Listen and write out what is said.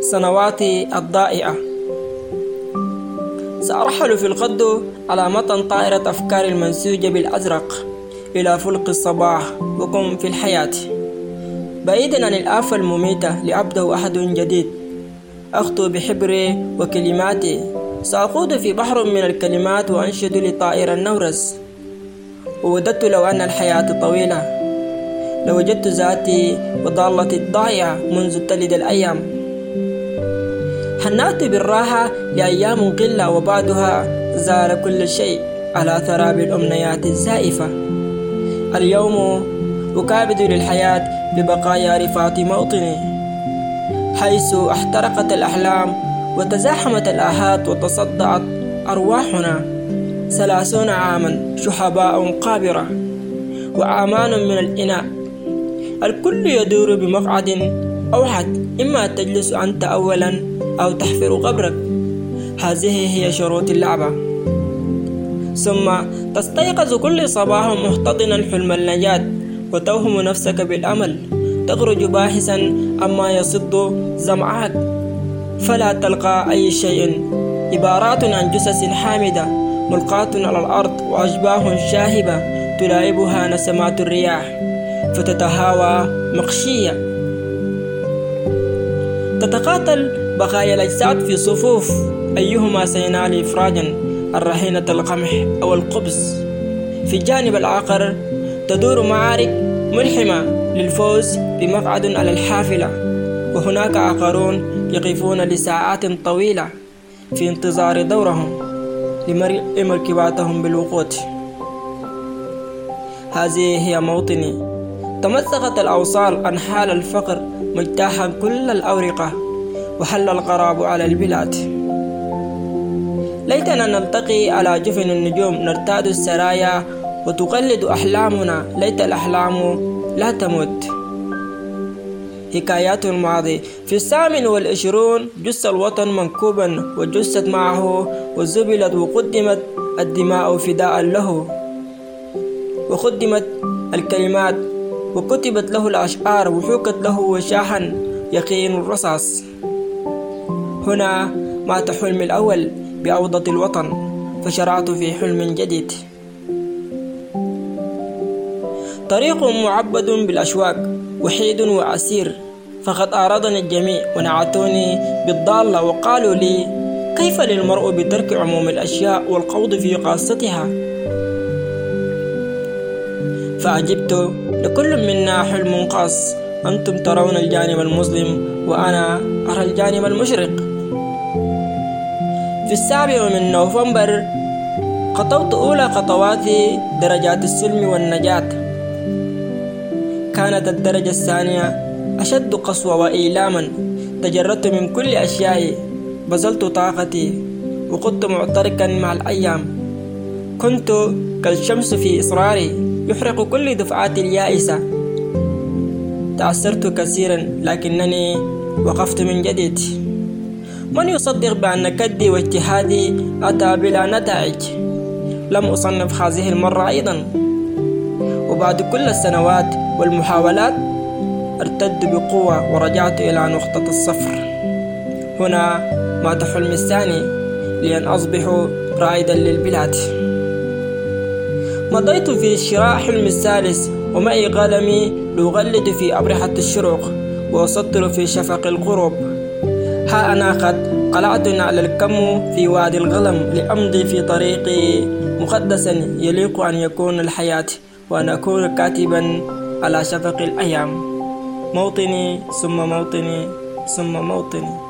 السنوات الضائعة. سأرحل في الغد على متن طائرة أفكار المنسوجة بالأزرق إلى فلق الصباح وكن في الحياة، بعيدا عن الآفة المميتة لأبدأ أحد جديد. أخطو بحبري وكلماتي، سأخوض في بحر من الكلمات وأنشد لطائر النورس. ووددت لو أن الحياة طويلة، لوجدت ذاتي وضالتي الضائعة منذ تلد الأيام. حنأت بالراحة لأيام قلة وبعدها زال كل شيء على ثراب الأمنيات الزائفة. اليوم أكابد للحياة ببقايا رفات موطني، حيث احترقت الأحلام وتزاحمت الآهات وتصدعت أرواحنا. 30 عاما شحباء قابرة وأعمان من الإناء، الكل يدور بمقعد أوحد، إما تجلس أنت أولا أو تحفر قبرك. هذه هي شروط اللعبة. ثم تستيقظ كل صباح محتضنا حلم النجاة وتوهم نفسك بالأمل، تخرج باحثا عما يصد ظمآك، فلا تلقى أي شيء، عبارات عن جثث حامدة ملقاة على الأرض وأشباه شاهبة تلاعبها نسمات الرياح، فتتهاوى مغشية. تتقاتل بقايا الأجساد في صفوف، أيهما سينال إفراجا، الرهينة القمح أو القبز. في الجانب الآخر تدور معارك ملحمة للفوز بمقعد على الحافلة، وهناك آخرون يقفون لساعات طويلة في انتظار دورهم لمرء مركباتهم بالوقود. هذه هي موطني. تمزقت الأوصال أنحال الفقر مجتاحا كل الأورقة، وحل الغراب على البلاد. ليتنا نلتقي على جفن النجوم نرتاد السرايا وتقلد أحلامنا، ليت الأحلام لا تموت. حكايات الماضي. في 28 جث الوطن منكوبا وجثت معه وزبلت وقدمت الدماء فداء له، وقدمت الكلمات وكتبت له الأشعار وحكت له وشاحا يقين الرصاص. هنا مات حلمي الأول بعودة الوطن، فشرعت في حلم جديد. طريق معبد بالأشواق وحيد وعسير، فقد أعرضني الجميع ونعتوني بالضالة وقالوا لي: كيف للمرء بترك عموم الأشياء والخوض في خاصتها؟ فأجبت: لكل منا حلم خاص، أنتم ترون الجانب المظلم وأنا أرى الجانب المشرق. في 7 نوفمبر خطوت أولى خطوات درجات السلم والنجاة. كانت الدرجة الثانية أشد قسوة وإيلاما. تجردت من كل أشيائي، بذلت طاقتي وكنت معتركا مع الأيام. كنت كالشمس في إصراري يحرق كل دفعاتي اليائسة. تأثرت كثيرا لكنني وقفت من جديد. من يصدق بأن كدي واجتهادي أتى بلا نتائج؟ لم أصنف هذه المرة أيضا، وبعد كل السنوات والمحاولات ارتدت بقوة ورجعت إلى نقطة الصفر. هنا مات حلمي الثاني لأن أصبح رائدا للبلاد. مضيت في شراء حلمي الثالث ومعي قلمي لأغلد في أبرحة الشروق وأسطر في شفق الغروب. ها أنا قد قلعت نعل الكم في وادي الغلم لأمضي في طريقي مقدسا يليق أن يكون الحياة، وأن أكون كاتبا على شفق الأيام. موطني ثم موطني ثم موطني.